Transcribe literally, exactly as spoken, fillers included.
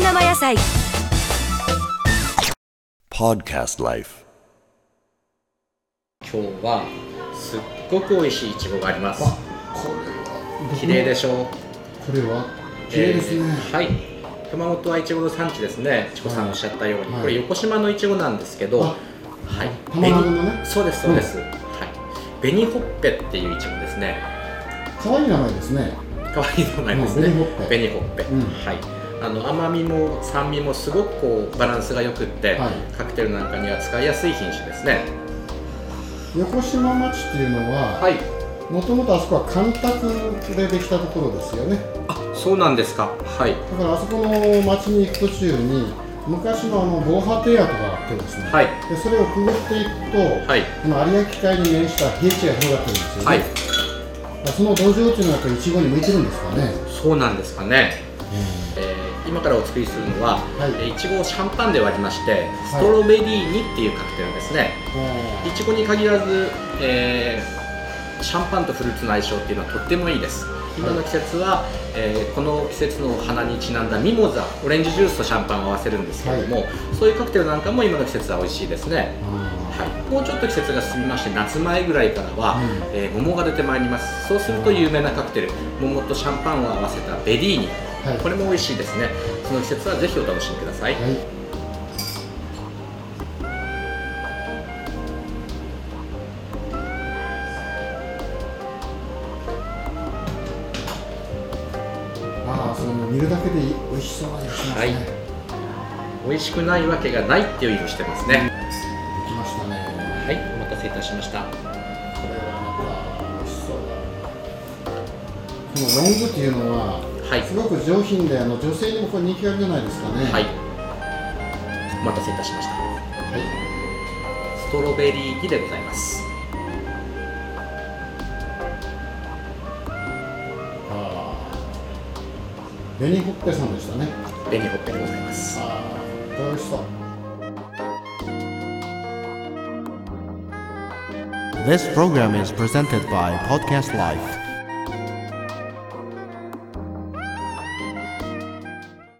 生野菜。 Podcast Life。 今日はすっごく美味しいいちごがあります。 あ、これは綺麗でしょう。 これは綺麗ですね、 えー、はい。熊本はいちごの産地ですね。ちこさんおっしゃったように、はい、これ横島のいちごなんですけど、はい。 玉なのね。 そうですそうです。うん、はい。紅ほっぺっていういちごですね。 可愛い名前ですね。 可愛い名前ですね。 紅ほっぺ。 紅ほっぺ。うん、はい。あの甘みも酸味もすごくこうバランスがよくって、はい、カクテルなんかには使いやすい品種ですね。 横島町っていうのは、はい、もともとあそこは干拓でできたところですよね。 あ、そうなんですか。はい。 だからあそこの町に行く途中に昔のあの防波堤跡があってですね、はい、でそれをくぐっていくと、はい、この有明海に面した平地が広がってるんですよね。はい、その土壌っていうのはやっぱりイチゴに向いてるんですかね。 そうなんですかね。えー、今からお作りするのは、はい、いちごをシャンパンで割りましてストロベリー煮っていうカクテルですね。はい、いちごに限らず、えー、シャンパンとフルーツの相性っていうのはとってもいいです。今の季節は、えー、この季節の花にちなんだミモザ、オレンジジュースとシャンパンを合わせるんですけれども、はい、そういうカクテルなんかも今の季節は美味しいですね。はい、もうちょっと季節が進みまして夏前ぐらいからは、うん、えー、桃が出てまいります。そうすると有名なカクテル、桃とシャンパンを合わせたベリーニ、はい、これも美味しいですね。その季節はぜひお楽しみください。はい、 ああ、その見るだけで美味しそうな色しますね。はい、 美味しくないわけがないっていう色してますね。 できましたね。 はい、お待たせいたしました。これはまた美味しそうだ。このロングっていうのは、はい、すごく上品であの女性にもこれ人気あるんじゃないですかね。 はい、お待たせいたしました。はい、ストロベリー煮でございます。 ああ、紅ほっぺさんでしたね。 紅ほっぺでございます。 ああ、美味しそう。 This program is presented by Podcast Life.